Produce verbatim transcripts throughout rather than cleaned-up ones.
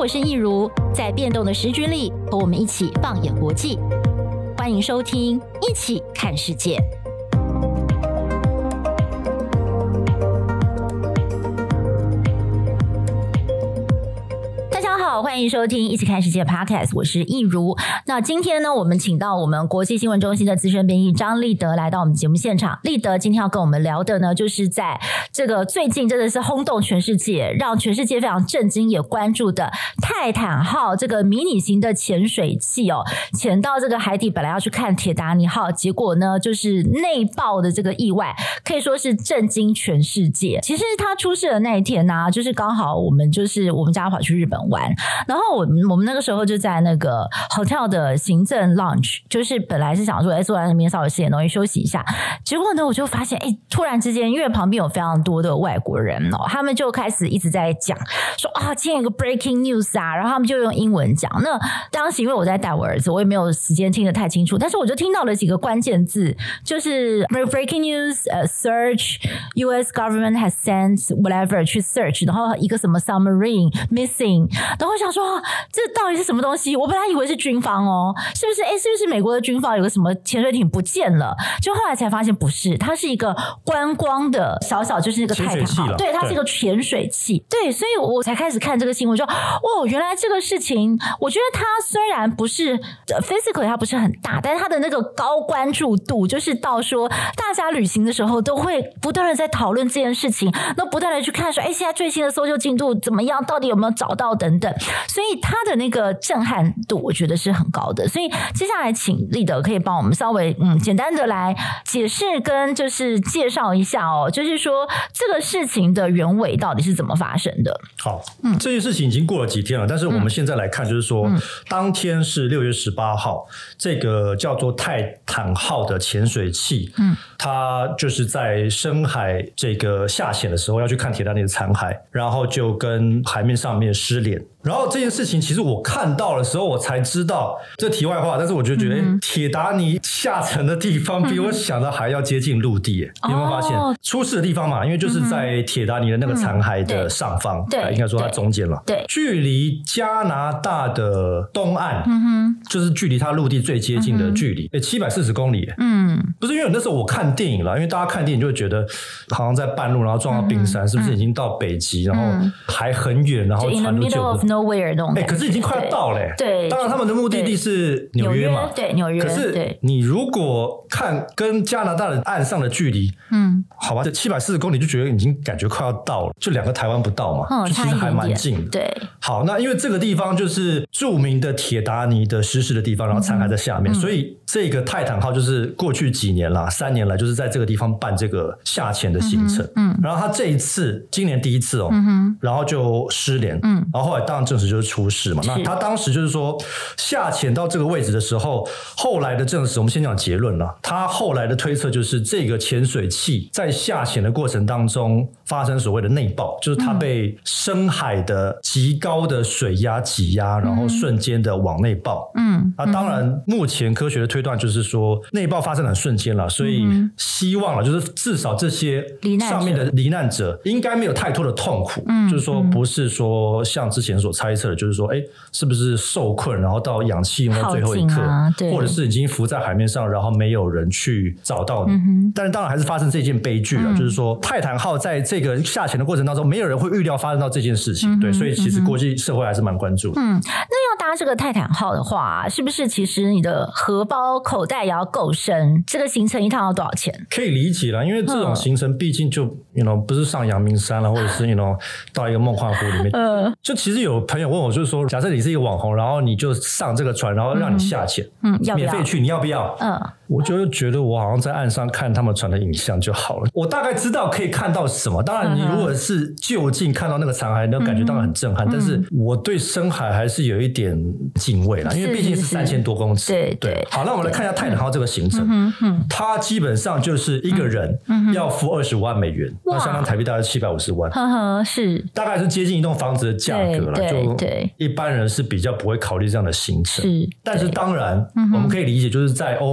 我是易如，在变动的时局里，和我们一起放眼国际。欢迎收听《一起看世界》。好，欢迎收听一起看世界 Podcast， 我是易如。那今天呢，我们请到我们国际新闻中心的资深编译张立德来到我们节目现场。立德今天要跟我们聊的呢，就是在这个最近真的是轰动全世界，让全世界非常震惊也关注的泰坦号这个迷你型的潜水器哦，潜到这个海底，本来要去看铁达尼号，结果呢就是内爆的这个意外，可以说是震惊全世界。其实它出事的那一天呢、啊，就是刚好我们就是我们家跑去日本玩。然后我们我们那个时候就在那个 hotel 的行政 lounge， 就是本来是想说哎坐在那边稍微吃点东西休息一下，结果呢我就发现哎突然之间因为旁边有非常多的外国人哦，他们就开始一直在讲说啊今天有个 breaking news 啊，然后他们就用英文讲。那当时因为我在带我儿子，我也没有时间听得太清楚，但是我就听到了几个关键字，就是 breaking news、uh, search U S government has sent whatever 去 search， 然后一个什么 submarine missing， 然后我想说这到底是什么东西，我本来以为是军方哦，是不是诶是不是美国的军方有个什么潜水艇不见了，就后来才发现不是，它是一个观光的小小就是那个泰坦号，对，它是一个潜水器， 对, 对，所以我才开始看这个新闻说哦原来这个事情，我觉得它虽然不是 physically 它不是很大，但是它的那个高关注度就是到说大家旅行的时候都会不断的在讨论这件事情，那不断的去看说哎现在最新的搜救进度怎么样，到底有没有找到等等，所以它的那个震撼度我觉得是很高的。所以接下来请立德可以帮我们稍微嗯简单的来解释跟就是介绍一下哦，就是说这个事情的原委到底是怎么发生的。 好，嗯，这件事情已经过了几天了，但是我们现在来看就是说、嗯、当天是六月十八号，这个叫做泰坦号的潜水器嗯，它就是在深海这个下潜的时候要去看铁达尼的残骸，然后就跟海面上面失联。然后这件事情其实我看到的时候我才知道，这题外话，但是我就觉得、嗯、铁达尼下沉的地方比我想的还要接近陆地、嗯、你有没有发现、哦、出事的地方嘛，因为就是在铁达尼的那个残骸的上方、嗯、对，应该说它中间了，对，距离加拿大的东岸、嗯、就是距离它陆地最接近的距离七百四十公里，嗯，不是因为那时候我看电影了，因为大家看电影就会觉得好像在半路然后撞到冰山、嗯、是不是已经到北极、嗯、然后还很远，然后船都救不 nowhere 那种感觉、欸、 可是已经快要到了、欸、 对， 当然他们的目的地是纽约嘛， 对，纽约。 可是你如果看跟加拿大的岸上的距离，嗯，好吧，这七百四十公里就觉得已经感觉快要到了，就两个台湾不到嘛，嗯，就其实还蛮近的。 对， 好，那因为这个地方就是著名的铁达尼的失事的地方，然后残骸在下面、嗯，所以这个泰坦号就是过去几年啦，三年来就是在这个地方办这个下潜的行程，嗯，嗯然后他这一次今年第一次哦，嗯、然后就失联，嗯，然后后来当然证实就是出事嘛。那他当时就是说下潜到这个位置的时候，后来的证实，我们先讲结论了。他后来的推测就是这个潜水器在下潜的过程当中发生所谓的内爆，就是它被深海的极高的水压挤压，然后瞬间的往内爆。嗯，那当然目前科学的推断就是说内爆发生很瞬间了，所以希望了就是至少这些上面的罹难者应该没有太多的痛苦，嗯，就是说不是说像之前所猜测的，就是说哎是不是受困然后到氧气用到最后一刻、啊、或者是已经浮在海面上然后没有人去找到你、嗯、但是当然还是发生这件悲剧了、嗯、就是说泰坦号在这个下潜的过程当中没有人会预料发生到这件事情、嗯、对，所以其实国际社会还是蛮关注的。嗯， 那要搭这个泰坦号的话是不是其实你的荷包口袋也要够深，这个行程一趟要多少钱？ 可以理解啦，因为这种行程毕竟就 you know 不是上阳明山啦，或者是 you know 到一个梦幻湖里面、呃、就其实有朋友问我就是说假设你是一个网红，然后你就上这个船然后让你下潜、嗯嗯、免费去，你要不要？嗯，我就觉得我好像在岸上看他们船的影像就好了，我大概知道可以看到什么，当然你如果是就近看到那个残骸那感觉当然很震撼、嗯、但是我对深海还是有一点敬畏啦，因为毕竟是三千多公尺。对 对, 对，好，那我们来看一下泰坦号这个行程、嗯嗯、它基本上就是一个人要付二十五万美元、嗯、那相当台币大概七百五十万，呵呵，是大概是接近一栋房子的价格啦，就一般人是比较不会考虑这样的行程，是，但是当然、嗯、我们可以理解就是在欧美其实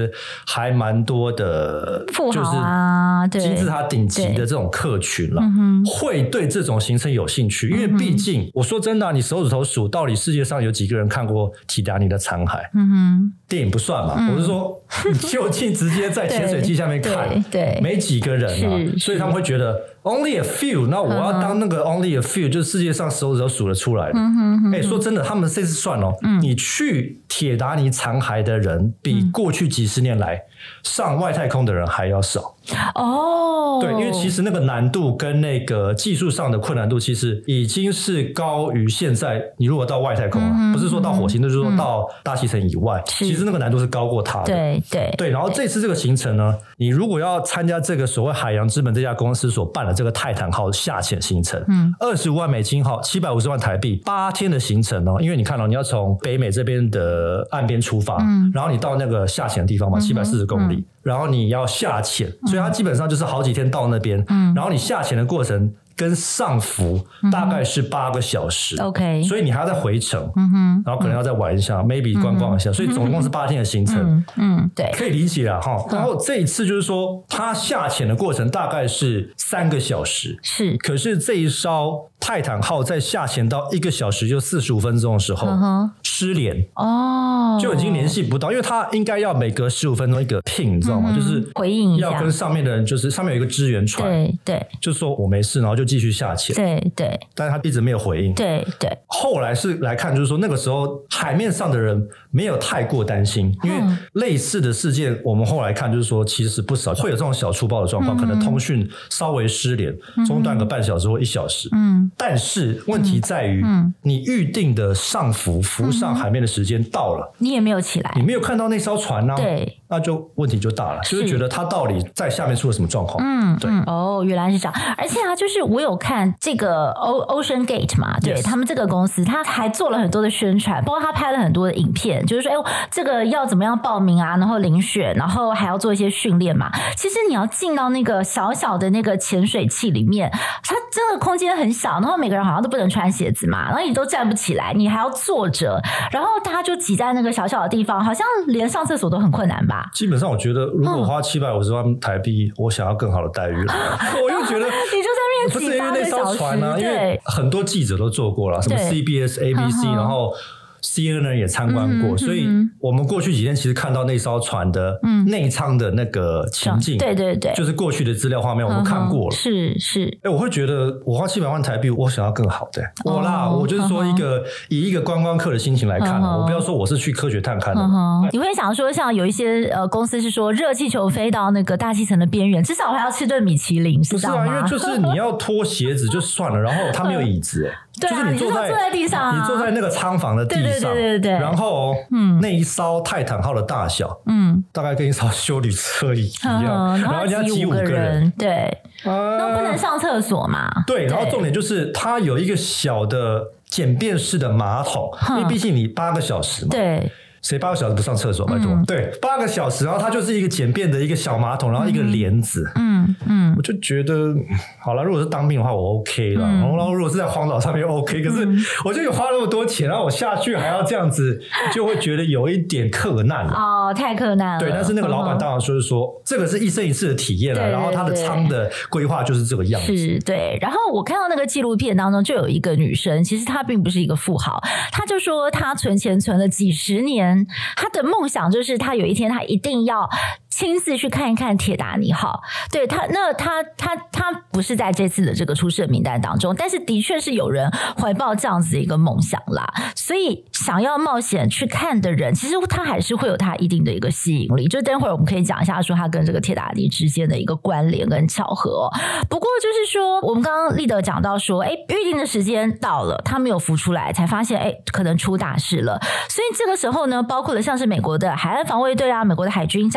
实还蛮多的富豪啊， 就是金字塔顶级的这种客群啦，会对这种行程有兴趣，因为毕竟、嗯、我说真的、啊，你手指头数到底世界上有几个人看过铁达尼的残骸？嗯哼，电影不算嘛，嗯、我是说你就近直接在潜水器下面看， 对， 没几个人啊，所以他们会觉得 only a few， 那我要当那个 only a few， 就是世界上手指头数得出来的。哎、嗯欸，说真的，他们这次算哦，嗯、你去铁达尼残骸的人比过去几十年来上外太空的人还要少。哦，对，因为其实那个难度跟那个技术上的困难度，其实已经是高于现在你如果到外太空、啊嗯、不是说到火星，就是说到大气层以外，其实那个难度是高过它的。 对对对，然后这次这个行程呢，你如果要参加这个所谓海洋之门这家公司所办的这个泰坦号下潜行程，嗯，二十五万美金号，七百五十万台币，八天的行程哦。因为你看到、哦、你要从北美这边的岸边出发，嗯，然后你到那个下潜的地方嘛，七百四十公里。嗯，然后你要下潜，所以它基本上就是好几天到那边，嗯，然后你下潜的过程跟上浮大概是八个小时、嗯、OK， 所以你还要再回程，嗯哼，然后可能要再玩一下、嗯、maybe 观光一下、嗯、所以总共是八天的行程，嗯，嗯对，可以理解啦齁。然后这一次就是说它下潜的过程大概是三个小时，是，可是这一艘泰坦号在下潜到一个小时就四十五分钟的时候、嗯、失联哦，就已经联系不到，因为它应该要每隔十五分钟一个 ping， 你知道吗、嗯、就是回应一下， 要跟上面的人，就是上面有一个支援船， 对对， 就说我没事，然后就继续下潜， 对对， 但是他一直没有回应， 对对。 后来是来看，就是说那个时候海面上的人没有太过担心，因为类似的事件我们后来看就是说其实不少会有这种小粗暴的状况、嗯、可能通讯稍微失联、嗯、中断个半小时或一小时，嗯，但是问题在于、嗯、你预定的上浮浮上海面的时间到了、嗯、 你也没有起来， 你没有看到那艘船啊， 对， 那就问题就大了，就是觉得他到底在下面出了什么状况。嗯，对、 嗯、哦，原来是这样。而且啊，就是我有看这个 Ocean Gate 嘛，对、yes. 他们这个公司，他还做了很多的宣传，包括他拍了很多的影片，就是说，哎，这个要怎么样报名啊，然后遴选，然后还要做一些训练嘛。其实你要进到那个小小的那个潜水器里面，它真的空间很小，然后每个人好像都不能穿鞋子嘛，然后你都站不起来，你还要坐着，然后大家就挤在那个小小的地方，好像连上厕所都很困难吧。 基本上我觉得如果花七百五十万台币、嗯、我想要更好的待遇了我又觉得你就在那边挤八个小时， 不是因为那艘船啊，因为很多记者都做过了，什么 C B S、A B C， 然后C N N 也参观过、嗯、所以我们过去几天其实看到那艘船的内舱的那个情境、嗯、对对对，就是过去的资料画面我们看过了， 是是、欸、 我会觉得我花七百万台币我想要更好的、欸、我啦、哦、我就是说一个、嗯、以一个观光客的心情来看、嗯、我不要说我是去科学探看的、 嗯、你会想说像有一些呃公司是说热气球飞到那个大气层的边缘至少还要吃顿米其林，是这样吗？ 不是啊，因为就是你要脱鞋子就算了然后它没有椅子、欸对啊， 就是你坐在, 你坐在地上、啊、 你坐在那个舱房的地上，对对对对对，然后、嗯、那一艘泰坦号的大小，嗯，大概跟一艘休旅车一样， 嗯、 然后人家挤五个人， 对，那、呃、不能上厕所嘛？ 对，然后重点就是它有一个小的简便式的马桶，因为毕竟你八个小时嘛， 对。 谁八个小时不上厕所？拜托、嗯，对，八个小时，然后它就是一个简便的一个小马桶，然后一个帘子，嗯嗯，我就觉得好了，如果是当兵的话，我 OK 了、嗯，然后如果是在荒岛上面 OK， 可是我就有花那么多钱，然后我下去还要这样子，就会觉得有一点克难了。 哦，太克难了。 对，但是那个老板当然就是说，嗯、这个是一生一次的体验了，然后他的舱的规划就是这个样子。 是，对。然后我看到那个纪录片当中，就有一个女生，其实她并不是一个富豪，她就说她存钱存了几十年。他的梦想就是他有一天他一定要亲自去看一看铁达尼号。对他，那他他他不是在这次的这个出事名单当中，但是的确是有人怀抱这样子的一个梦想啦。所以想要冒险去看的人，其实他还是会有他一定的一个吸引力。就等会儿我们可以讲一下说他跟这个铁达尼之间的一个关联跟巧合哦。不过就是说，我们刚刚立德讲到说，哎，预定的时间到了，他没有浮出来，才发现哎，可能出大事了。所以这个时候呢，包括了像是美国的海岸防卫队啊、美国的海军、加拿大的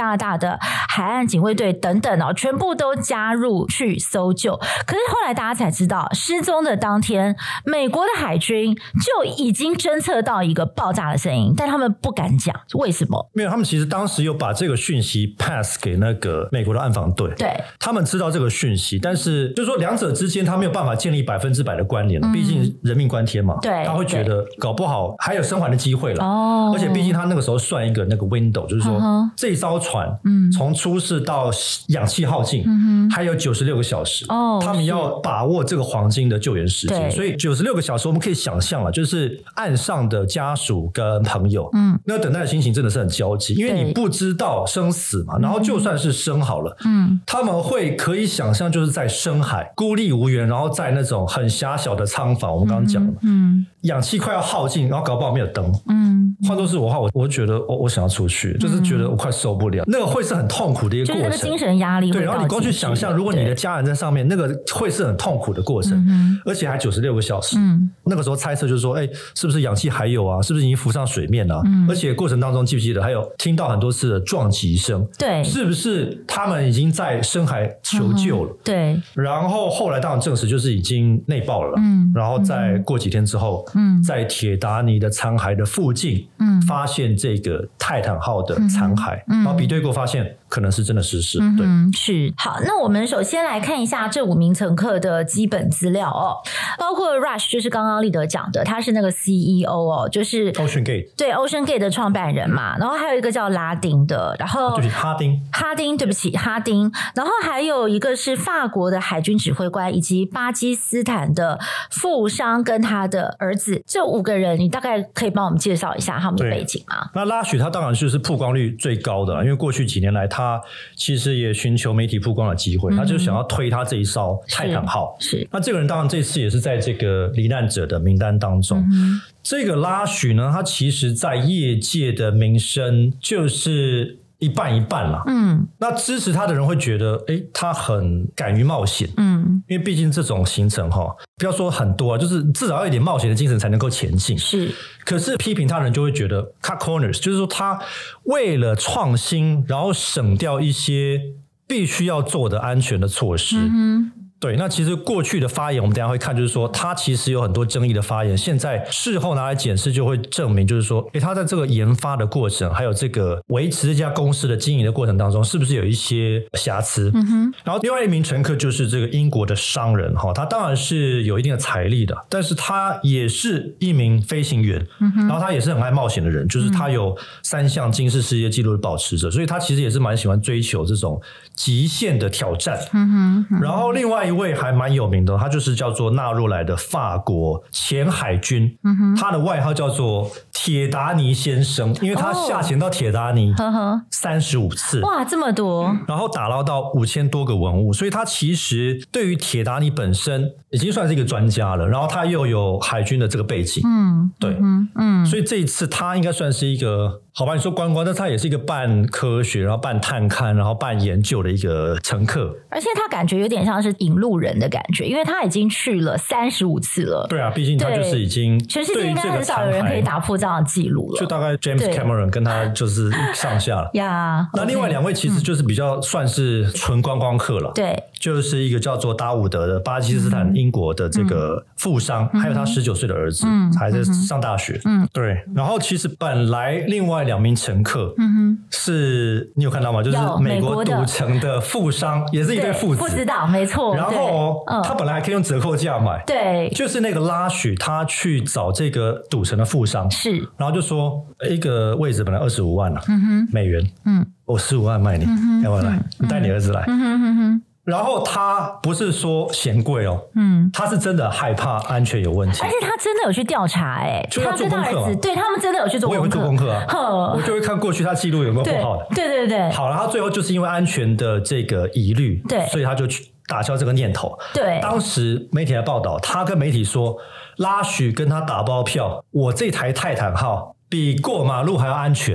的海岸警卫队等等哦，全部都加入去搜救。可是后来大家才知道，失踪的当天，美国的海军就已经侦测到一个爆炸的声音，但他们不敢讲为什么。 没有，他们其实当时有把这个讯息 pass 给那个美国的暗防队， 对， 他们知道这个讯息，但是就是说两者之间他没有办法建立百分之百的关联了，嗯、毕竟人命关天嘛， 对， 他会觉得搞不好还有生还的机会了。 哦， 而且毕竟他那个时候算一个那个 window， 就是说、嗯、这艘船从出事到氧气耗尽、嗯、还有九十六个小时、哦、他们要把握这个黄金的救援时间，所以九十六个小时我们可以想象了，就是岸上的家属跟朋友、嗯、那等待的心情真的是很焦急，因为你不知道生死嘛，然后就算是生好了、嗯、他们会可以想象就是在深海孤立无援，然后在那种很狭小的舱房，我们刚刚讲了、嗯、氧气快要耗尽，然后搞不好没有灯，嗯，换作是我的话，我我觉得我我想要出去、嗯、就是觉得我快受不了，那个会是很痛苦的一个过程， 就是那个精神压力会。 对，然后你光去想象，如果你的家人在上面，那个会是很痛苦的过程，嗯、而且还九十六个小时、嗯。那个时候猜测就是说，哎，是不是氧气还有啊？是不是已经浮上水面了、啊嗯？而且过程当中记不记得还有听到很多次的撞击声？对，是不是他们已经在深海求救了？嗯、对。然后后来当然证实就是已经内爆了，嗯。然后再过几天之后，嗯，在铁达尼的残骸的附近，嗯，发现这个泰坦号的残骸，嗯，然后比对过发现可能是真的失事，嗯、对， 是。好，那我们首先来看一下这五名乘客的基本资料哦，包括 Rush 就是刚刚立德讲的，他是那个 C E O 哦，就是 Ocean Gate， 对 Ocean Gate 的创办人嘛，然后还有一个叫拉丁的，然后、 啊、对不起哈丁， 哈丁，对不起哈丁，然后还有一个是法国的海军指挥官，以及巴基斯坦的富商跟他的儿子，这五个人，你大概可以帮我们介绍一下他们的背景吗？ 那拉许他当然就是曝光率最高的，因为过去几年来他其实也寻求媒体曝光的机会、嗯、他就想要推他这一艘泰坦号， 是, 是那这个人当然这次也是在这个罹难者的名单当中、嗯、这个拉许呢，他其实在业界的名声就是一半一半啦，嗯，那支持他的人会觉得，哎，他很敢于冒险，嗯，因为毕竟这种行程哈，不要说很多啊，就是至少要有一点冒险的精神才能够前进，是。可是批评他的人就会觉得 cut corners， 就是说他为了创新，然后省掉一些必须要做的安全的措施，嗯。对，那其实过去的发言我们等一下会看，就是说他其实有很多争议的发言，现在事后拿来检视就会证明，就是说诶他在这个研发的过程还有这个维持这家公司的经营的过程当中是不是有一些瑕疵、嗯、哼。然后另外一名乘客就是这个英国的商人，他当然是有一定的财力的，但是他也是一名飞行员、嗯、然后他也是很爱冒险的人，就是他有三项金氏世界纪录的保持者，所以他其实也是蛮喜欢追求这种极限的挑战、嗯哼嗯、然后另外一位还蛮有名的，他就是叫做纳若莱的法国前海军、嗯、他的外号叫做铁达尼先生，因为他下潜到铁达尼三十五次、 哦、哇这么多， 然后打捞到五千多个文物，所以他其实对于铁达尼本身已经算是一个专家了，然后他又有海军的这个背景，嗯，对，嗯嗯，所以这一次他应该算是一个，好吧，你说观光，但他也是一个半科学，然后半探勘，然后半研究的一个乘客， 而且他感觉有点像是引路人的感觉，因为他已经去了三十五次了。 对啊，毕竟他就是已经全世界应该很少有人可以打破这样的记录了， 就大概 James Cameron 跟他就是上下了呀。 那另外两位其实就是比较算是纯观光客了，对、嗯，就是一个叫做达伍德的巴基斯坦英国的这个富商，嗯、还有他十九岁的儿子、嗯、还在上大学，嗯，对。然后其实本来另外两名乘客，嗯哼，是你有看到吗？就是美国赌城的富商，也是一对父子， 不知道，没错。 然后、嗯、他本来还可以用折扣价买，对，就是那个拉许他去找这个赌城的富商，是，然后就说一个位置本来二十五万了、啊，嗯哼，美元，嗯，我十五万卖你，嗯、要不要来？嗯、你带你儿子来，嗯哼哼哼。然后他不是说嫌贵哦，嗯，他是真的害怕安全有问题， 而且他真的有去调查、欸，哎， 他做功课、啊， 对他们真的有去做功课， 我也会做功课啊，我就会看过去他记录有没有不好的， 对对对对， 好了，他最后就是因为安全的这个疑虑，对，所以他就去打消这个念头，对，当时媒体来报道，他跟媒体说，拉许跟他打包票，我这台泰坦号比过马路还要安全。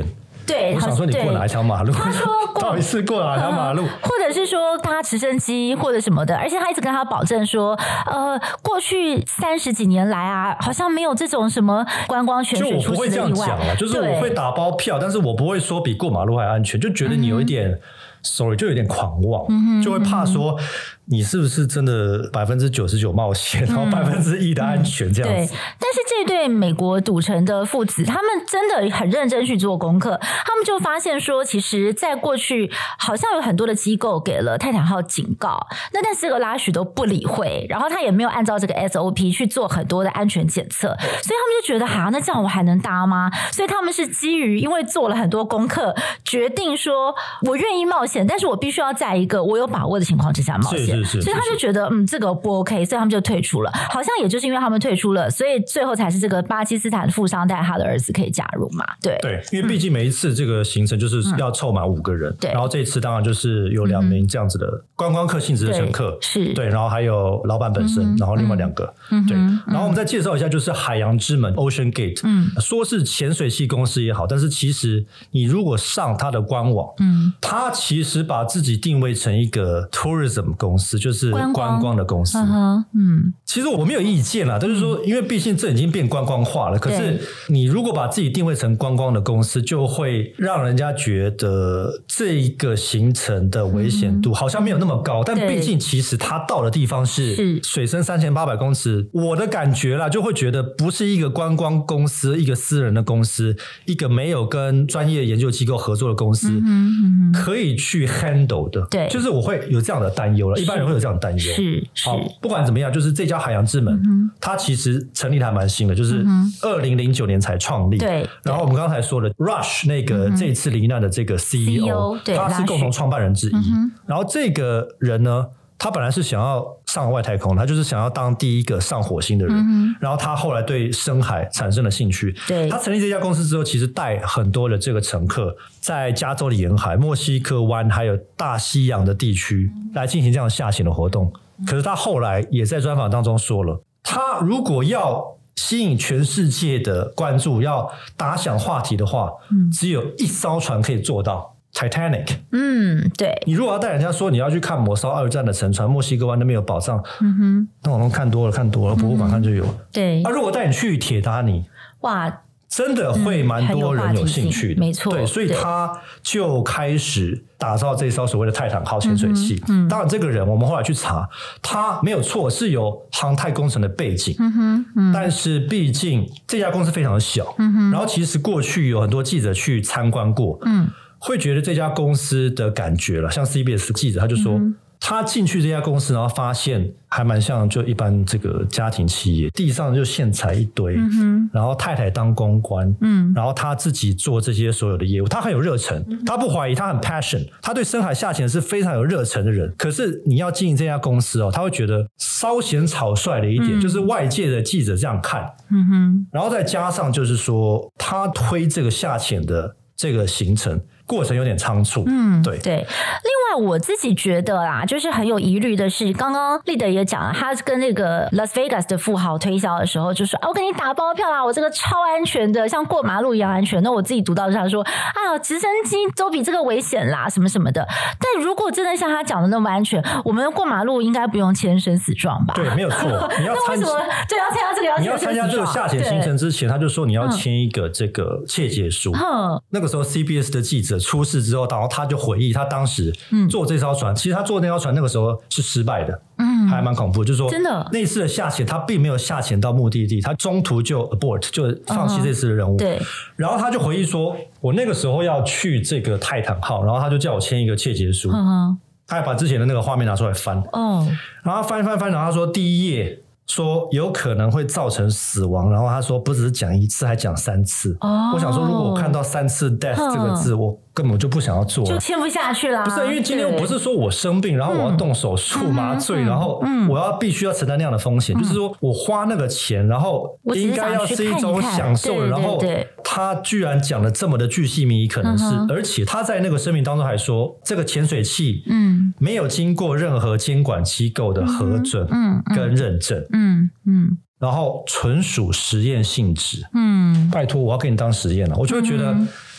对， 我想说你过哪一条马路？ 他说过到底是过哪条马路？ 呃、或者是说搭直升机或者什么的，而且他一直跟他保证说，呃，过去三十几年来啊，好像没有这种什么观光泉水出事的意外。就我不会这样讲了， 就是我会打包票，但是我不会说比过马路还安全，就觉得你有一点。嗯sorry 就有点狂妄、嗯、就会怕说你是不是真的百分之九十九冒险、嗯、然后百分之一的安全这样子、 嗯、对，但是这对美国赌城的父子他们真的很认真去做功课，他们就发现说其实在过去好像有很多的机构给了泰坦号警告，那但是这个拉许都不理会，然后他也没有按照这个 S O P 去做很多的安全检测，所以他们就觉得哈，那这样我还能搭吗？所以他们是基于因为做了很多功课决定说我愿意冒险，但是我必须要在一个我有把握的情况之下冒险， 是是是是， 所以他就觉得嗯这个不 OK， 所以他们就退出了。好像也就是因为他们退出了，所以最后才是这个巴基斯坦富商带他的儿子可以加入嘛。对对，因为毕竟每一次这个行程就是要凑满五个人、嗯、然后这一次当然就是有两名这样子的观光客性质的乘客， 是对，然后还有老板本身、嗯、然后另外两个、嗯、对、嗯、然后我们再介绍一下就是海洋之门 Ocean Gate， 嗯，说是潜水系公司也好，但是其实你如果上它的官网，嗯，它其实把自己定位成一个 tourism 公司，就是观光的公司，嗯，嗯其实我没有意见啦，就是说因为毕竟这已经变观光化了，可是你如果把自己定位成观光的公司，就会让人家觉得这一个行程的危险度好像没有那么高、嗯、但毕竟其实它到的地方是水深三千八百公尺，我的感觉啦就会觉得不是一个观光公司，一个私人的公司，一个没有跟专业研究机构合作的公司、嗯嗯、可以去 handle 的，对，就是我会有这样的担忧了，一般人会有这样的担忧，是是。好，不管怎么样，就是这家海洋之门、嗯、它其实成立的还蛮新的，就是二零零九年才创立，对。然后我们刚才说的 Rush 那个、嗯、这一次罹难的这个 C E O， 他是共同创办人之一、嗯、然后这个人呢他本来是想要上外太空，他就是想要当第一个上火星的人、嗯、然后他后来对深海产生了兴趣，对，他成立这家公司之后其实带很多的这个乘客在加州的沿海、墨西哥湾还有大西洋的地区来进行这样下潜的活动、嗯、可是他后来也在专访当中说了，他如果要吸引全世界的关注，要打响话题的话、嗯、只有一艘船可以做到Titanic， 嗯，对，你如果要带人家说你要去看某艘二战的沉船，墨西哥湾那边有宝藏，嗯哼，那我们看多了看多了，博物馆看就有、嗯、对，啊，如果带你去铁达尼，哇，真的会蛮多人有兴趣的、嗯、没错，对，所以他就开始打造这艘所谓的泰坦号潜水器、嗯嗯、当然这个人我们后来去查，他没有错是有航太工程的背景、嗯哼嗯、但是毕竟这家公司非常的小、嗯哼，然后其实过去有很多记者去参观过，嗯，会觉得这家公司的感觉了，像 C B S 记者他就说、嗯、他进去这家公司然后发现还蛮像就一般这个家庭企业，地上就线材一堆、嗯、然后太太当公关、嗯、然后他自己做这些所有的业务，他很有热忱、嗯、他不怀疑，他很 passion， 他对深海下潜是非常有热忱的人，可是你要经营这家公司哦，他会觉得稍显草率的一点、嗯、就是外界的记者这样看、嗯哼，然后再加上就是说他推这个下潜的这个行程过程有点仓促，嗯，对对。另外我自己觉得啦，就是很有疑虑的是，刚刚立德也讲了，他跟那个 Las Vegas 的富豪推销的时候就说、啊、我给你打包票啦，我这个超安全的，像过马路一样安全。那我自己读到他说啊，直升机都比这个危险啦，什么什么的。但如果真的像他讲的那么安全，我们过马路应该不用签生死状吧？对，没有错。你要参那为什么对要参加这个要签生死状？你要参加这个下潜行程之前，他就说你要签一个这个切结书、嗯、那个时候 C B S 的记者出事之后，然后他就回忆他当时坐这艘船、嗯、其实他坐那艘船那个时候是失败的，嗯，还蛮恐怖，就是说真的那次的下潜他并没有下潜到目的地，他中途就 abort 就放弃这次的任务、嗯、对，然后他就回忆说我那个时候要去这个泰坦号，然后他就叫我签一个切结书、嗯、他还把之前的那个画面拿出来翻、哦、然后他翻翻翻，然后他说第一页说有可能会造成死亡，然后他说不只是讲一次还讲三次、哦、我想说如果我看到三次 death 这个字、嗯、我根本就不想要做了，就签不下去啦。不是因为今天我不是说我生病然后我要动手术麻醉、嗯、然后我要必须要承担那样的风险、嗯、就是说我花那个钱然后应该要是一种享受，然后他居然讲了这么的巨细靡遗，可能是、嗯、而且他在那个声明当中还说这个潜水器嗯没有经过任何监管机构的核准跟认证，嗯嗯，然后纯属实验性质，嗯，拜托我要给你当实验了，我就会觉得、嗯、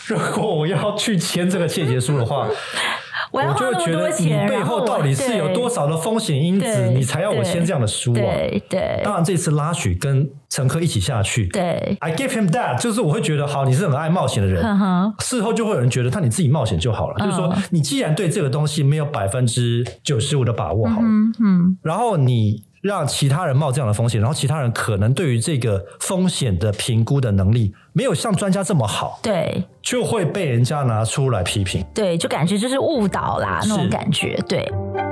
如果我要去签这个切结书的话我我就会觉得你背后到底是有多少的风险因子，你才要我签这样的书啊？ 对对。 当然，这次拉许跟乘客一起下去， 对 ，I give him that， 就是我会觉得，好，你是很爱冒险的人。 呵呵事后就会有人觉得，那你自己冒险就好了。嗯、就是说，你既然对这个东西没有百分之九十五的把握好了，嗯嗯，然后你让其他人冒这样的风险，然后其他人可能对于这个风险的评估的能力没有像专家这么好， 对， 就会被人家拿出来批评， 对，就感觉就是误导啦那种感觉，对。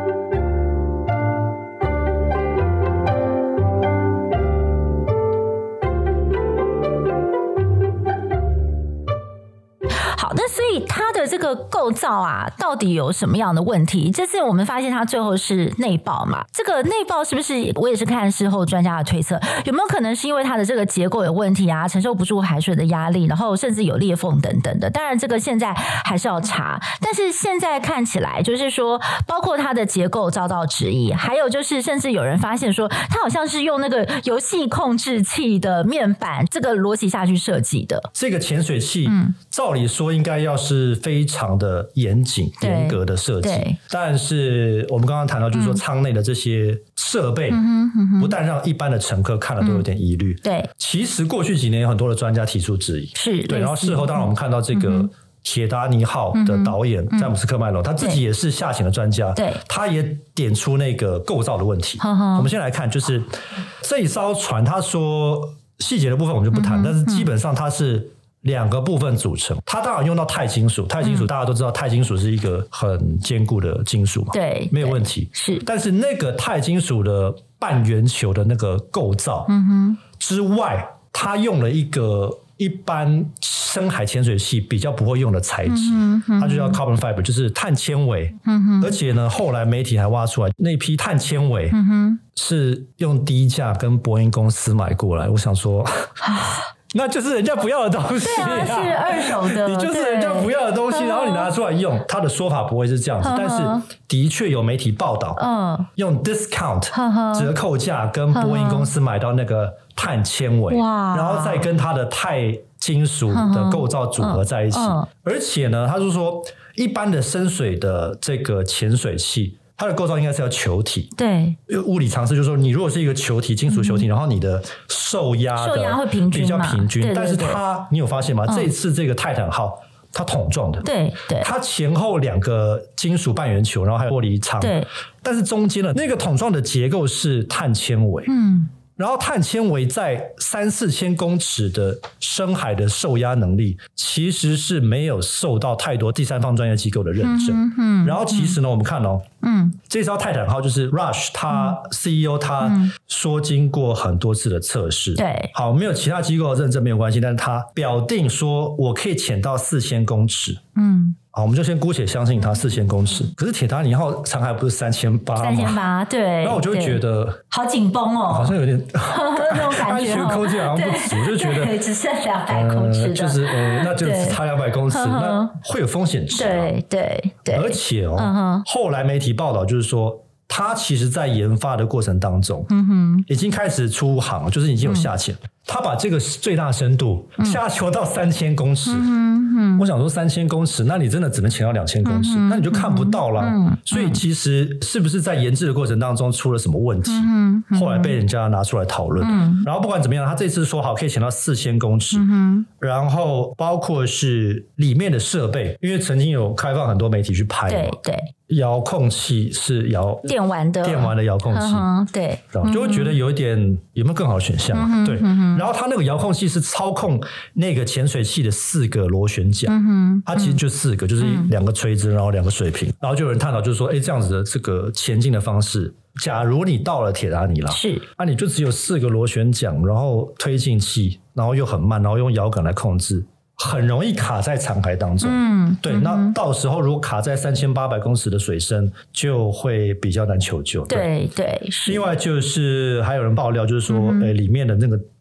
好，那所以它的这个构造啊，到底有什么样的问题？这次我们发现它最后是内爆嘛，这个内爆是不是我也是看事后专家的推测，有没有可能是因为它的这个结构有问题啊，承受不住海水的压力，然后甚至有裂缝等等的？当然这个现在还是要查，但是现在看起来就是说，包括它的结构遭到质疑，还有就是甚至有人发现说，它好像是用那个游戏控制器的面板这个逻辑下去设计的。 这个潜水器，嗯，照理说应该要是非常的严谨严格的设计，但是我们刚刚谈到就是说舱内的这些设备、嗯嗯、不但让一般的乘客看了都有点疑虑、嗯、对，其实过去几年有很多的专家提出质疑，是对，然后事后当然我们看到这个铁达尼号的导演、嗯、詹姆斯克麦隆、嗯、他自己也是下潜的专家，对，他也点出那个构造的问题。我们先来看就是这一艘船，他说细节的部分我们就不谈、嗯、但是基本上它是两个部分组成，它当然用到钛金属，钛金属大家都知道，钛金属是一个很坚固的金属嘛，对，没有问题。是，但是那个钛金属的半圆球的那个构造之外，它用了一个一般深海潜水器比较不会用的材质，嗯、它就叫 carbon fiber， 就是碳纤维。嗯、而且呢，后来媒体还挖出来，那批碳纤维是用低价跟波音公司买过来。我想说。那就是人家不要的东西、啊， 对啊，是二手的， 你就是人家不要的东西，然后你拿出来用，他的说法不会是这样子，但是的确有媒体报道，嗯，用 discount 折扣价跟波音公司买到那个碳纤维，哇，然后再跟它的钛金属的构造组合在一起，而且呢，他就说一般的深水的这个潜水器。它的构造应该是要球体，对，物理常识就是说，你如果是一个球体，金属球体，嗯、然后你的受压的受压会平均比较平均， 对对对， 但是它你有发现吗？嗯、这一次这个泰坦号它桶状的，对对，它前后两个金属半圆球，然后还有玻璃舱，对，但是中间的那个桶状的结构是碳纤维，嗯。然后碳纤维在三四千公尺的深海的受压能力其实是没有受到太多第三方专业机构的认证。嗯嗯、然后其实呢，嗯、我们看哦，嗯，这艘泰坦号就是 Rush 他 C E O 他说经过很多次的测试，对、嗯，好，没有其他机构的认证没有关系，但是他表定说我可以潜到四千公尺，嗯。好，我们就先姑且相信它四千公尺。可是铁达尼号长海不是三千八吗？三千八，对。然后我就会觉得好紧绷哦， 好像有点那种感觉， 安全空间好像不足，我就觉得只剩两百公尺、呃， 就是呃，那就只差两百公尺，那会有风险值、啊。对对对。而且哦，嗯、后来媒体报道就是说。他其实在研发的过程当中，嗯哼，已经开始出航，就是已经有下潜。嗯、他把这个最大深度下修到三千公尺。嗯哼，我想说三千公尺，那你真的只能潜到两千公尺、嗯，那你就看不到啦。嗯、所以其实是不是在研制的过程当中出了什么问题？嗯、后来被人家拿出来讨论。嗯、然后不管怎么样，他这次说好可以潜到四千公尺。嗯、然后包括是里面的设备，因为曾经有开放很多媒体去拍嘛。对对。遥控器是遥电玩的电玩的遥控器，呵呵对，就会觉得有一点有没有更好的选项、啊嗯？对，嗯、然后它那个遥控器是操控那个潜水器的四个螺旋桨，嗯、它其实就四个，就是两个垂直，然后两个水平，然后就有人探讨，就是说，哎，这样子的这个前进的方式，假如你到了铁达尼啦，是，啊，你就只有四个螺旋桨，然后推进器，然后又很慢，然后用摇杆来控制。很容易卡在残骸当中，嗯，对，嗯、那到时候如果卡在三千八百公尺的水深，就会比较难求救。对对，对，另外就是还有人爆料，就是说，嗯、诶，里面的那个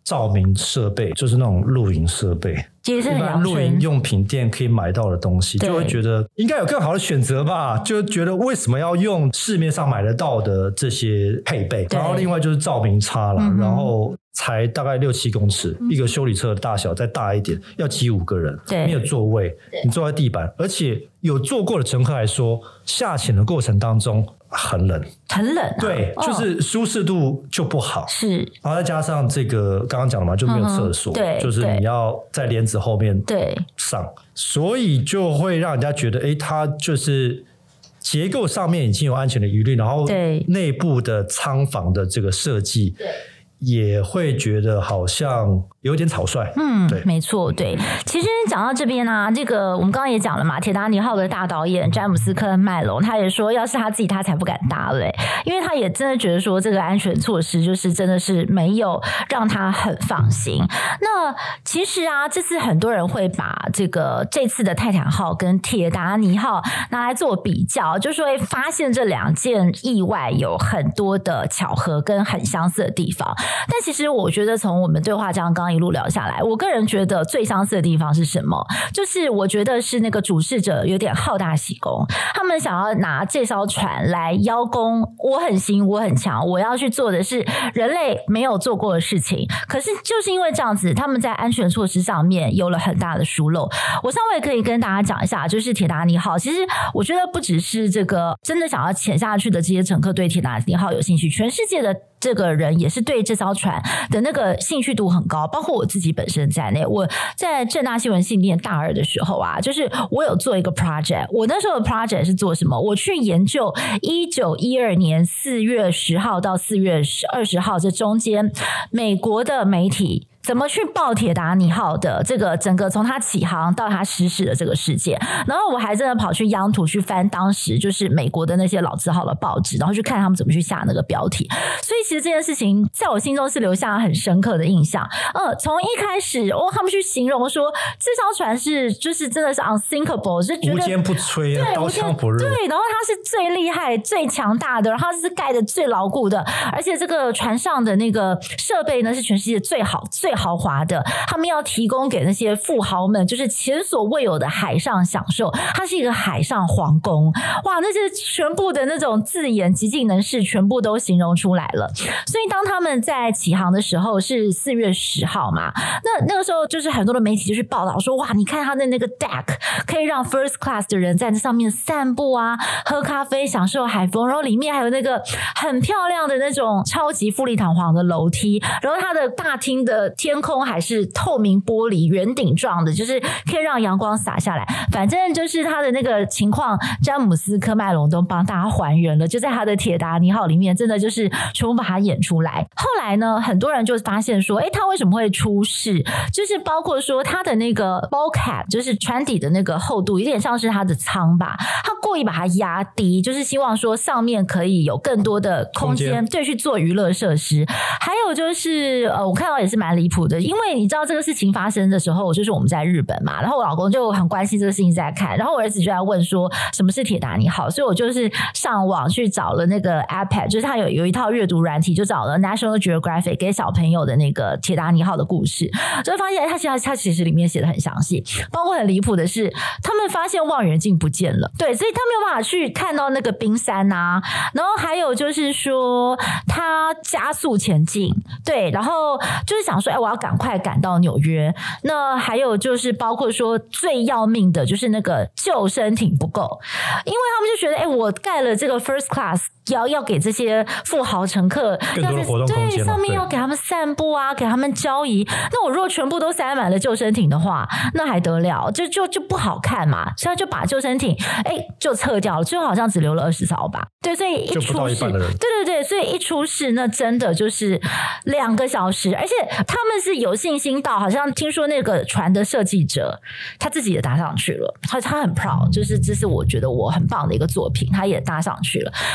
照明设备，就是那种录影设备， 其实很一般露营用品店可以买到的东西，就会觉得应该有更好的选择吧，就觉得为什么要用市面上买得到的这些配备。然后另外就是照明差啦、嗯、然后才大概六七公尺、嗯、一个休旅车的大小，再大一点要挤五个人，没有座位，你坐在地板，而且有坐过的乘客来说，下潜的过程当中很冷， 很冷、啊，对， 就是舒适度就不好， 是， 然后再加上这个刚刚讲了嘛，就没有厕所、嗯，对，就是你要在帘子后面对上，所以就会让人家觉得，哎，它就是结构上面已经有安全的疑虑，然后内部的仓房的这个设计，对。也会觉得好像有点草率， 嗯，对，没错，对。其实讲到这边呢、啊，这个我们刚刚也讲了嘛，铁达尼号的大导演詹姆斯·科恩麦隆，他也说，要是他自己，他才不敢搭嘞，因为他也真的觉得说，这个安全措施就是真的是没有让他很放心。那其实啊，这次很多人会把这个这次的泰坦号跟铁达尼号拿来做比较，就是会发现这两件意外有很多的巧合跟很相似的地方。但其实我觉得从我们对话这样刚刚一路聊下来，我个人觉得最相似的地方是什么？就是我觉得是那个主事者有点好大喜功，他们想要拿这艘船来邀功，我很行，我很强，我要去做的是人类没有做过的事情。可是就是因为这样子，他们在安全措施上面有了很大的疏漏。我稍微可以跟大家讲一下，就是铁达尼号，其实我觉得不只是这个真的想要潜下去的这些乘客对铁达尼号有兴趣，全世界的这个人也是对这艘船的那个兴趣度很高，包括我自己本身在内。我在政大新闻系念大二的时候啊，就是我有做一个 project， 我那时候的 project 是做什么？我去研究一九一二年四月十号到四月二十号这中间美国的媒体怎么去报铁达尼号的这个整个从它起航到它失事的这个事件，然后我还真的跑去央图去翻当时就是美国的那些老字号的报纸，然后去看他们怎么去下那个标题。所以其实这件事情在我心中是留下很深刻的印象。呃，从一开始哦，他们去形容说这艘船是就是真的是 unthinkable， 是觉得无坚不摧，刀枪不入， 对，然后它是最厉害、最强大的，然后它是盖的最牢固的，而且这个船上的那个设备呢是全世界最好、最豪华的，他们要提供给那些富豪们就是前所未有的海上享受，它是一个海上皇宫。哇，那些全部的那种字眼、极尽能事全部都形容出来了。所以当他们在起航的时候是四月十号嘛，那那个时候就是很多的媒体就去报道说，哇，你看他的那个 deck 可以让 first class 的人在那上面散步啊，喝咖啡，享受海风，然后里面还有那个很漂亮的那种超级富丽堂皇的楼梯，然后它的大厅的天空还是透明玻璃圆顶状的，就是可以让阳光洒下来。反正就是他的那个情况，詹姆斯·科麦隆都帮大家还原了，就在他的铁达尼号里面，真的就是全部把它演出来。后来呢，很多人就发现说，诶，他为什么会出事？就是包括说他的那个 bulkhead， 就是船底的那个厚度，有点像是他的舱吧，他故意把它压低，就是希望说上面可以有更多的空间，对，去做娱乐设施。还有就是呃，我看到也是蛮离谱的，因为你知道这个事情发生的时候，就是我们在日本嘛，然后我老公就很关心这个事情在看，然后我儿子就在问说什么是铁达尼号，所以我就是上网去找了那个 iPad， 就是他有有一套阅读软体，就找了 National Geographic 给小朋友的那个铁达尼号的故事，就会发现他其实他其实里面写的很详细，包括很离谱的是，他们发现望远镜不见了，对，所以他没有办法去看到那个冰山啊，然后还有就是说他加速前进，对，然后就是想说，哎，我要赶快赶到纽约。那还有就是包括说最要命的就是那个救生艇不够，因为他们就觉得，哎，我盖了这个 first class， 要要给这些富豪乘客更多的活动空间， 对，上面要给他们散步啊，给他们交谊。那我如果全部都塞满了救生艇的话，那还得了？就就就不好看嘛。所以他就把救生艇哎就撤掉了，最后好像只留了二十艘吧。对，所以一出事， 就不到一半的人， 对对对，所以一出事那真的就是两个小时，而且他们是有信心到，好像听说那个船的设计者他自己也搭上去了，他他很 proud， 就是这是我觉得我很棒的一个作品，他也搭上去了。就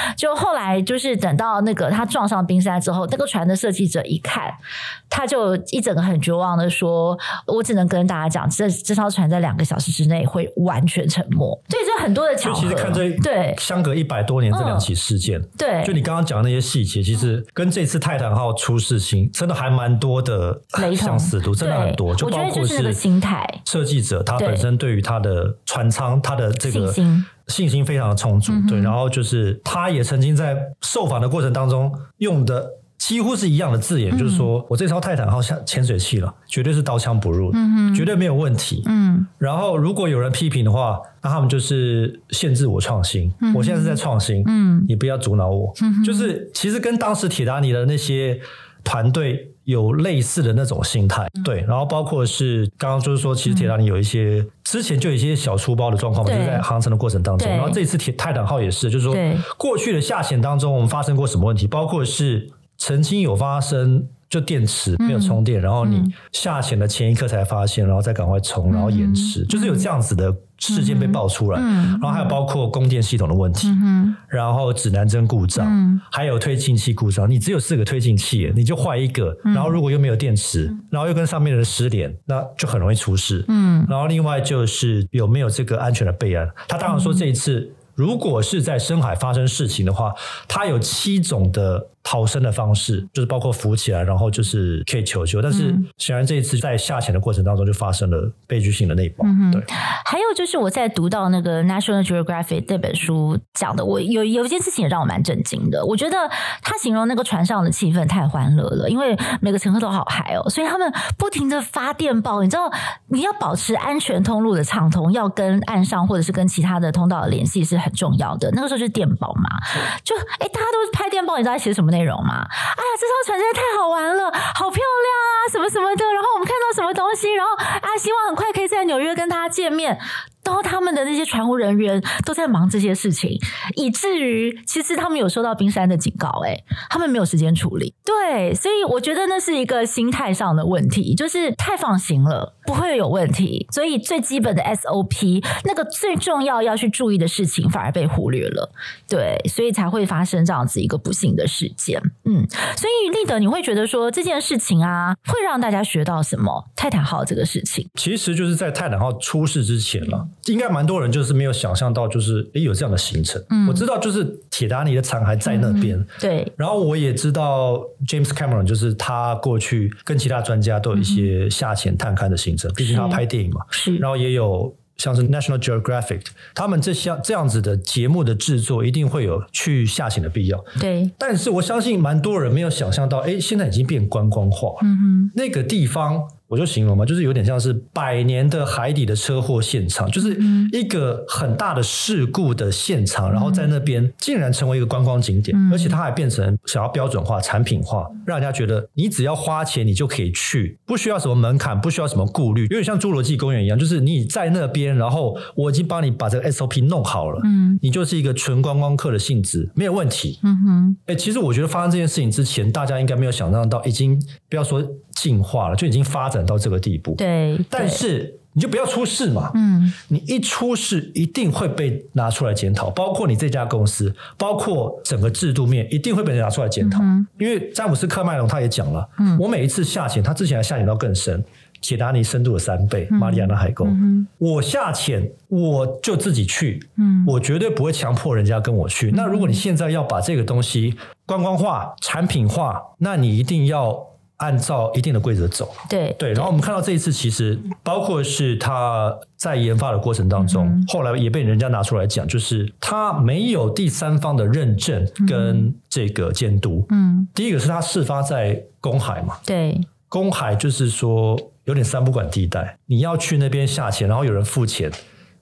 后来就是等到那个他撞上冰山之后，那个船的设计者一看，他就一整个很绝望的说，我只能跟大家讲，这这艘船在两个小时之内会完全沉没。对，就很多的巧合。 其实看这对相隔一百多年这两起事件、嗯， 对， 就你刚刚讲的那些细节，其实跟这次泰坦号出事情真的还蛮多的相似度，真的很多。就包括是那个心态， 设计者他本身对于他的船舱，他的这个信心。 信心非常的充足、嗯、对，然后就是他也曾经在受访的过程当中用的几乎是一样的字眼、嗯、就是说我这艘泰坦号下潜水器了，绝对是刀枪不入、嗯、绝对没有问题、嗯、然后如果有人批评的话，那他们就是限制我创新、嗯、我现在是在创新、嗯、你不要阻挠我、嗯、就是其实跟当时铁达尼的那些团队有类似的那种心态，对，然后包括是刚刚就是说，其实铁达尼有一些、嗯、之前就有一些小出包的状况嘛，就是在航程的过程当中，然后这一次铁泰坦号也是，就是说过去的下潜当中我们发生过什么问题，包括是曾经有发生就电池没有充电、嗯、然后你下潜的前一刻才发现，然后再赶快充，然后延迟、嗯、就是有这样子的事件被爆出来、嗯、然后还有包括供电系统的问题、嗯、然后指南针故障、嗯、还有推进器故障，你只有四个推进器你就坏一个、嗯、然后如果又没有电池、嗯、然后又跟上面的人失联，那就很容易出事、嗯、然后另外就是有没有这个安全的备案，他当然说这一次如果是在深海发生事情的话，它有七种的逃生的方式，就是包括浮起来然后就是可以求救，但是显然这一次在下潜的过程当中就发生了悲剧性的内爆、嗯、对。 还有就是我在读到那个 National Geographic 这本书讲的，我有有一件事情也让我蛮震惊的，我觉得他形容那个船上的气氛太欢乐了，因为每个乘客都好嗨哦，所以他们不停的发电报，你知道你要保持安全通路的畅通，要跟岸上或者是跟其他的通道的联系是很重要的，那个时候就是电报嘛，就哎大家都拍电报，你知道写什么内容吗？哎呀，这艘船真的太好玩了，好漂亮啊，什么什么的，然后我们看到什么东西，然后啊，希望很快可以在纽约跟大家见面。然后他们的那些船务人员都在忙这些事情，以至于其实他们有收到冰山的警告，哎，他们没有时间处理。对，所以我觉得那是一个心态上的问题，就是太放心了，不会有问题，所以最基本的 S O P 那个最重要要去注意的事情反而被忽略了，对，所以才会发生这样子一个不幸的事件。嗯，所以立德，你会觉得说这件事情啊，会让大家学到什么？泰坦号这个事情， 其实就是在泰坦号出事之前了。应该蛮多人就是没有想象到就是诶有这样的行程、嗯、我知道就是铁达尼的残骸在那边、嗯、 对， 然后我也知道 James Cameron 就是他过去跟其他专家都有一些下潜探勘的行程、嗯、毕竟他拍电影嘛，是，然后也有像是 National Geographic 他们这些这样子的节目的制作一定会有去下潜的必要， 对， 但是我相信蛮多人没有想象到诶现在已经变观光化、嗯哼，那个地方我就形容嘛，就是有点像是百年的海底的车祸现场，就是一个很大的事故的现场、嗯、然后在那边竟然成为一个观光景点、嗯、而且它还变成想要标准化产品化，让人家觉得你只要花钱你就可以去，不需要什么门槛，不需要什么顾虑，有点像侏罗纪公园一样，就是你在那边然后我已经帮你把这个 S O P 弄好了、嗯、你就是一个纯观光客的性质，没有问题、嗯哼，欸、其实我觉得发生这件事情之前大家应该没有想象到已经不要说进化了，就已经发展到这个地步， 对， 但是你就不要出事嘛，嗯，你一出事一定会被拿出来检讨，包括你这家公司，包括整个制度面一定会被拿出来检讨、嗯、因为詹姆斯克麦隆他也讲了、嗯、我每一次下潜，他之前还下潜到更深，铁达尼深度的三倍，马里亚纳海沟、嗯、我下潜我就自己去、嗯、我绝对不会强迫人家跟我去、嗯、那如果你现在要把这个东西观光化产品化，那你一定要按照一定的规则走， 对对。然后我们看到这一次其实包括是他在研发的过程当中、嗯、后来也被人家拿出来讲，就是他没有第三方的认证跟这个监督，嗯，第一个是他事发在公海嘛， 对， 公海就是说有点三不管地带，你要去那边下潜然后有人付钱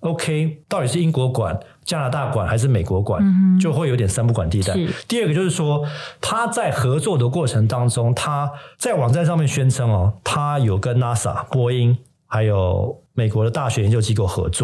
OK， 到底是英国管加拿大管还是美国管、嗯、就会有点三不管地带。第二个就是说他在合作的过程当中，他在网站上面宣称哦，他有跟 NASA 波音还有美国的大学研究机构合作，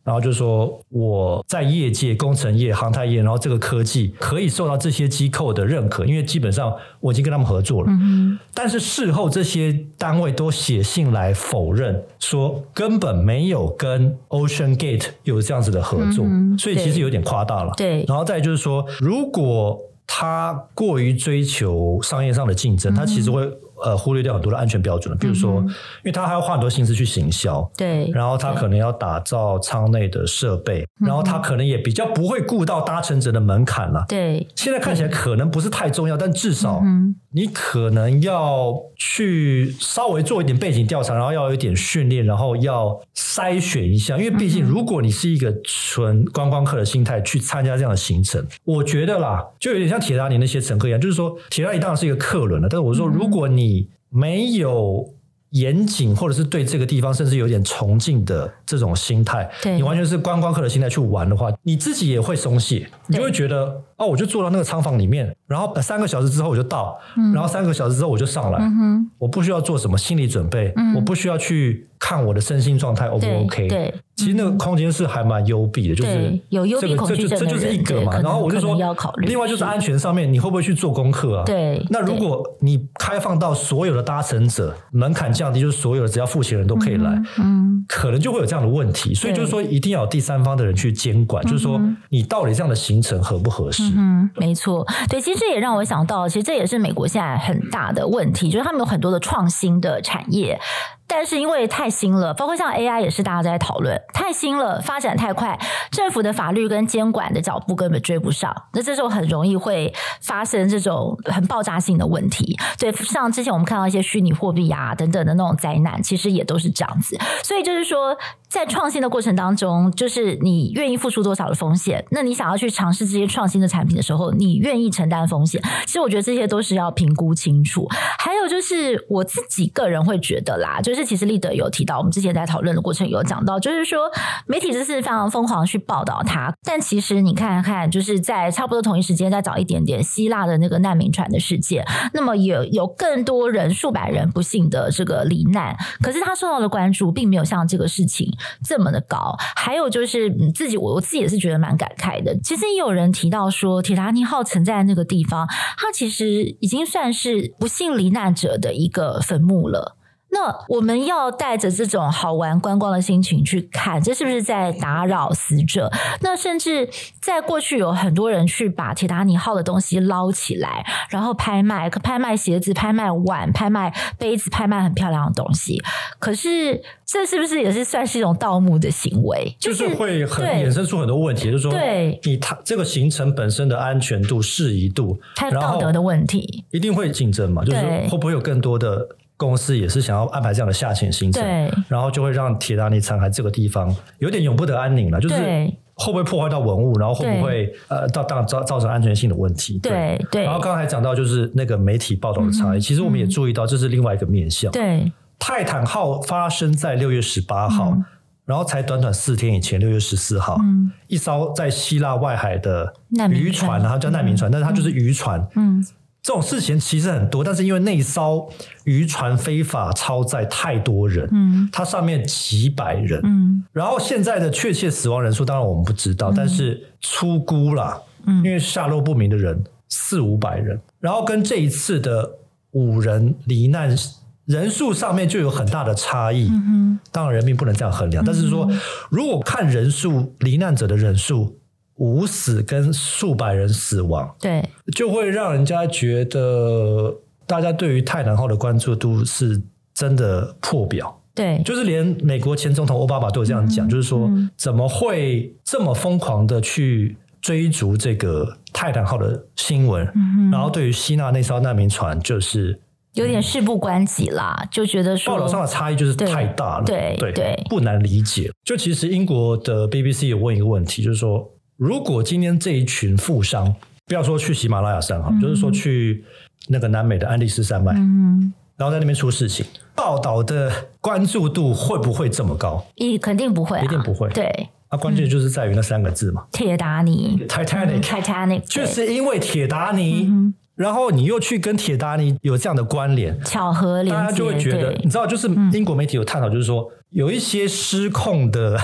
然后就说我在业界工程业航太业，然后这个科技可以受到这些机构的认可，因为基本上我已经跟他们合作了、嗯、但是事后这些单位都写信来否认说根本没有跟 Ocean Gate 有这样子的合作、嗯、所以其实有点夸大了。 对， 然后再就是说如果他过于追求商业上的竞争、嗯、他其实会呃，忽略掉很多的安全标准，比如说、嗯、因为他还要花很多心思去行销， 对， 然后他可能要打造舱内的设备，然后他可能也比较不会顾到搭乘者的门槛了。 对， 现在看起来可能不是太重要，但至少你可能要去稍微做一点背景调查，然后要有一点训练，然后要筛选一下，因为毕竟如果你是一个纯观光客的心态去参加这样的行程，我觉得啦，就有点像铁达尼那些乘客一样，就是说铁达尼当然是一个客轮了，但是我说如果你你没有严谨或者是对这个地方甚至有点崇敬的这种心态，你完全是观光客的心态去玩的话，你自己也会松懈，你就会觉得哦，我就坐到那个舱房里面，然后三个小时之后我就到、嗯、然后三个小时之后我就上来、嗯、我不需要做什么心理准备、嗯、我不需要去看我的身心状态 O 不 OK。 对， 其实那个空间是还蛮幽闭的，就是有幽闭恐惧症的人， 这就是一个嘛。然后我就说另外就是安全上面你会不会去做功课啊？ 对， 那如果你开放到所有的搭乘者，门槛降低，就是所有的只要付钱的人都可以来，嗯，可能就会有这样的问题。所以就是说一定要有第三方的人去监管，就是说你到底这样的行程合不合适。 嗯，没错。对，其实这也让我想到，其实这也是美国现在很大的问题，就是他们有很多的创新的产业，但是因为太新了，包括像 A I 也是大家在讨论，太新了，发展太快，政府的法律跟监管的脚步根本追不上，那这时候很容易会发生这种很爆炸性的问题。对，像之前我们看到一些虚拟货币啊等等的那种灾难，其实也都是这样子。所以就是说在创新的过程当中，就是你愿意付出多少的风险，那你想要去尝试这些创新的产品的时候，你愿意承担风险，其实我觉得这些都是要评估清楚。还有就是我自己个人会觉得啦，就是其实立德有提到，我们之前在讨论的过程有讲到，就是说媒体这是非常疯狂去报道它，但其实你看看，就是在差不多同一时间再早一点点，希腊的那个难民船的事件，那么有有更多人数百人不幸的这个罹难，可是他受到的关注并没有像这个事情这么的高。还有就是自己我我自己也是觉得蛮感慨的，其实也有人提到说铁达尼号沉在那个地方，它其实已经算是不幸罹难者的一个坟墓了。那我们要带着这种好玩观光的心情去看，这是不是在打扰死者？那甚至在过去有很多人去把铁达尼号的东西捞起来，然后拍卖，拍卖鞋子，拍卖碗，拍卖杯子，拍卖很漂亮的东西。可是这是不是也是算是一种盗墓的行为？ 就是、就是会很衍生出很多问题，就是说对你它这个行程本身的安全度、适宜度， 还有道德的问题， 一定会竞争嘛？就是会不会有更多的公司也是想要安排这样的下潜行程，然后就会让铁达尼残骸这个地方有点永不得安宁了，就是会不会破坏到文物，然后会不会呃到当造造成安全性的问题？ 对 对, 对。 然后刚才讲到就是那个媒体报道的差异、嗯，其实我们也注意到这是另外一个面向。对，泰坦号发生在六月十八号、嗯，然后才短短四天以前，六月十四号、嗯，一艘在希腊外海的渔船，它叫难民船、嗯，但是它就是渔船，嗯。这种事情其实很多，但是因为那艘渔船非法超载太多人，嗯，它上面几百人，嗯，然后现在的确切死亡人数当然我们不知道，嗯、但是粗估啦，嗯，因为下落不明的人四五百人，然后跟这一次的五人罹难人数上面就有很大的差异，嗯哼，当然人命不能这样衡量、嗯，但是说如果看人数罹难者的人数。无死跟数百人死亡，对，就会让人家觉得大家对于泰坦号的关注度是真的破表。对，就是连美国前总统奥巴马都有这样讲、嗯、就是说、嗯、怎么会这么疯狂的去追逐这个泰坦号的新闻、嗯、然后对于希腊那艘难民船就是有点事不关己啦，就觉得说报道上的差异就是太大了， 对 对, 对， 不难理解。就其实英国的 B B C 有问一个问题，就是说如果今天这一群富商，不要说去喜马拉雅山、嗯、就是说去那个南美的安第斯山脉、嗯、然后在那边出事情，报道的关注度会不会这么高？ 一肯定不会、啊、 一定不会。 对， 那、啊、关键就是在于那三个字嘛， 铁达尼 Titanic、嗯、 Titanic 就是因为铁达尼、嗯、然后你又去跟铁达尼有这样的关联， 巧合连接， 大家就会觉得，你知道就是英国媒体有探讨，就是说、嗯、有一些失控的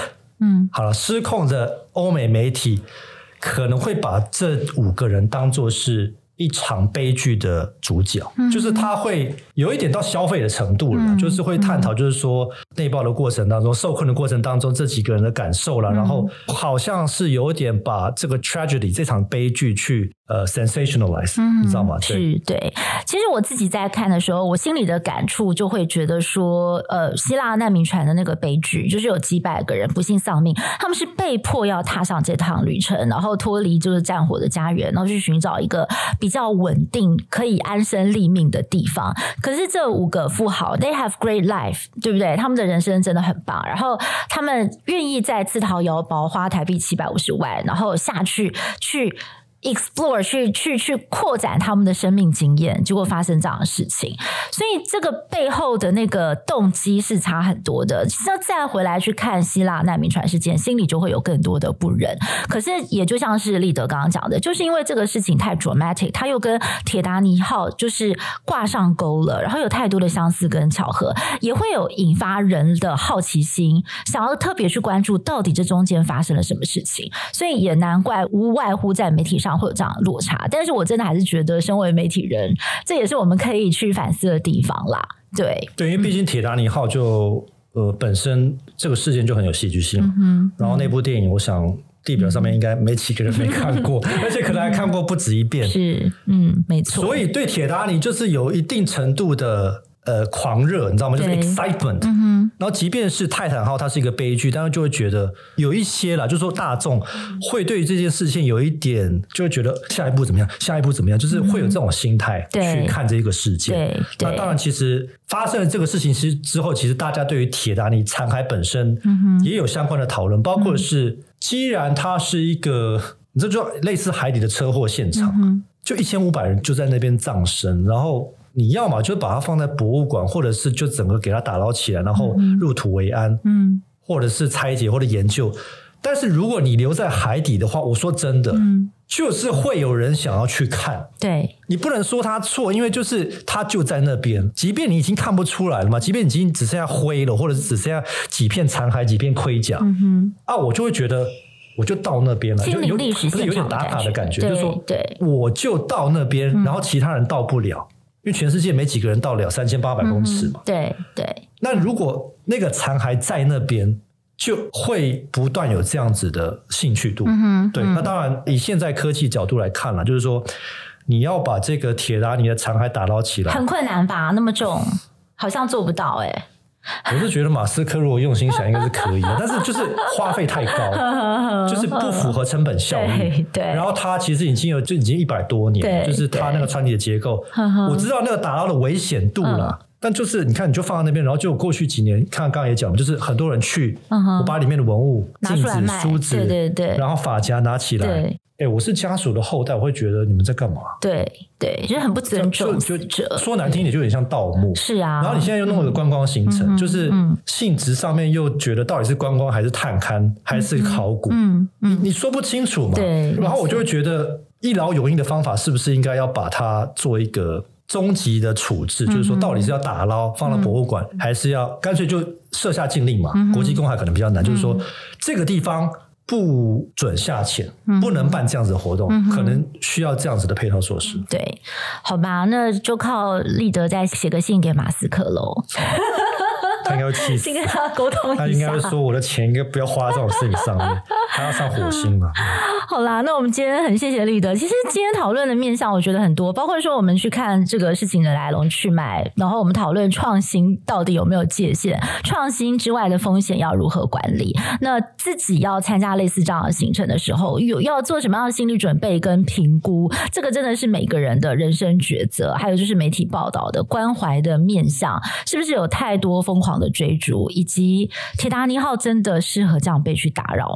嗯， 好了，失控的欧美媒体可能会把这五个人当作是一场悲剧的主角，嗯、就是他会有一点到消费的程度了，嗯、就是会探讨，就是说内爆的过程当中、受困的过程当中，这几个人的感受了，嗯、然后好像是有一点把这个 tragedy 这场悲剧去呃 sensationalize，嗯、你知道吗？ 是，对。其实我自己在看的时候，我心里的感触就会觉得说，呃，希腊难民船的那个悲剧，就是有几百个人不幸丧命，他们是被迫要踏上这趟旅程，然后脱离就是战火的家园，然后去寻找一个比较稳定可以安身立命的地方。可是这五个富豪 they have great life， 对不对？他们的人生真的很棒，然后他们愿意在自掏腰包花台币七百五十万，然后下去去explore 去去去扩展他们的生命经验，结果发生这样的事情，所以这个背后的那个动机是差很多的。那再回来去看希腊难民船事件，心里就会有更多的不忍。可是也就像是立德刚刚讲的，就是因为这个事情太 dramatic， 它又跟铁达尼号就是挂上钩了，然后有太多的相似跟巧合，也会有引发人的好奇心，想要特别去关注到底这中间发生了什么事情。所以也难怪无外乎在媒体上会有这样的落差，但是我真的还是觉得身为媒体人，这也是我们可以去反思的地方啦。对对，因为毕竟铁达尼号就呃本身这个事件就很有戏剧性，嗯、然后那部电影我想地表上面应该没几个人没看过，而且可能还看过不止一遍。 是，嗯，没错。 所以对铁达尼就是有一定程度的呃狂热，你知道吗？就是 excitement。嗯然后即便是泰坦号它是一个悲剧，但是就会觉得有一些啦，就是说大众会对这件事情有一点就会觉得下一步怎么样下一步怎么样，就是会有这种心态去看这个事件。 对对那当然其实发生了这个事情之后，其实大家对于铁达尼残骸本身也有相关的讨论，包括是既然它是一个你这就类似海底的车祸现场，嗯、就一千五百人就在那边葬身，然后你要嘛就把它放在博物馆，或者是就整个给它打捞起来，然后入土为安，嗯，或者是拆解或者研究。但是如果你留在海底的话，我说真的，嗯，就是会有人想要去看。对，你不能说他错，因为就是他就在那边，即便你已经看不出来了嘛，即便已经只剩下灰了，或者是只剩下几片残骸、几片盔甲，嗯哼，啊，我就会觉得。我就到那边了，就有历史不是有点打卡的感觉，就是说， 对， 我就到那边，嗯、然后其他人到不了，因为全世界没几个人到了三千八百公尺嘛。 嗯、对对。 那如果那个残骸在那边，就会不断有这样子的兴趣度。嗯、对，嗯、那当然以现在科技角度来看啦，就是说你要把这个铁达尼的残骸打捞起来， 很困难吧？那么重，好像做不到哎、欸。 我是觉得马斯克如果用心想应该是可以的，但是就是花费太高，就是不符合成本效益。 对，对然后它其实已经有就已经一百多年，就是它那个船体的结构，我知道那个打捞的危险度啦。嗯但就是你看，你就放在那边，然后就过去几年，看刚刚也讲，就是很多人去，嗯、我把里面的文物、镜子、梳子， 对对对， 然后发夹拿起来， 对， 哎，我是家属的后代，我会觉得你们在干嘛？ 对对，就是很不尊重死者， 就说难听点，就有点像盗墓。 是啊， 然后你现在又弄了个观光行程，嗯、就是性质上面又觉得到底是观光还是探勘还是考古，嗯嗯，你说不清楚嘛。对，然后我就会觉得一劳永逸的方法是不是应该要把它做一个终极的处置，就是说到底是要打捞放到博物馆，嗯、还是要干脆就设下禁令嘛？嗯、国际公海可能比较难，嗯、就是说这个地方不准下潜，嗯、不能办这样子的活动，嗯、可能需要这样子的配套措施。 对，好吧，那就靠立德再写个信给马斯克喽。 他应该会气死， 先跟他沟通一下。 他应该会说：“我的钱应该不要花在这种事情上面，他要上火星嘛。” 好啦，那我们今天很谢谢立德。其实今天讨论的面向，我觉得很多，包括说我们去看这个事情的来龙去脉，然后我们讨论创新到底有没有界限，创新之外的风险要如何管理。那自己要参加类似这样的行程的时候，有要做什么样的心理准备跟评估，这个真的是每个人的人生抉择。还有就是媒体报道的关怀的面向，是不是有太多疯狂的追逐，以及铁达尼号真的适合这样被去打扰吗？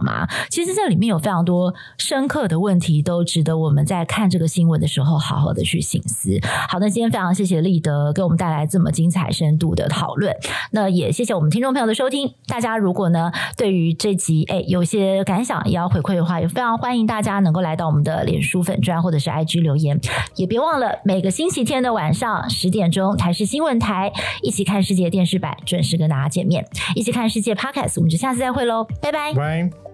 其实这里面有非常多深刻的问题，都值得我们在看这个新闻的时候好好的去省思。好，那今天非常谢谢立德给我们带来这么精彩深度的讨论，那也谢谢我们听众朋友的收听。大家如果呢对于这集哎有些感想也要回馈的话，也非常欢迎大家能够来到我们的脸书粉专或者是 I G 留言，也别忘了每个星期天的晚上十点钟台视新闻台一起看世界电视版准时跟大家见面，一起看世界 Podcast， 我们就下次再会咯，拜拜。 拜。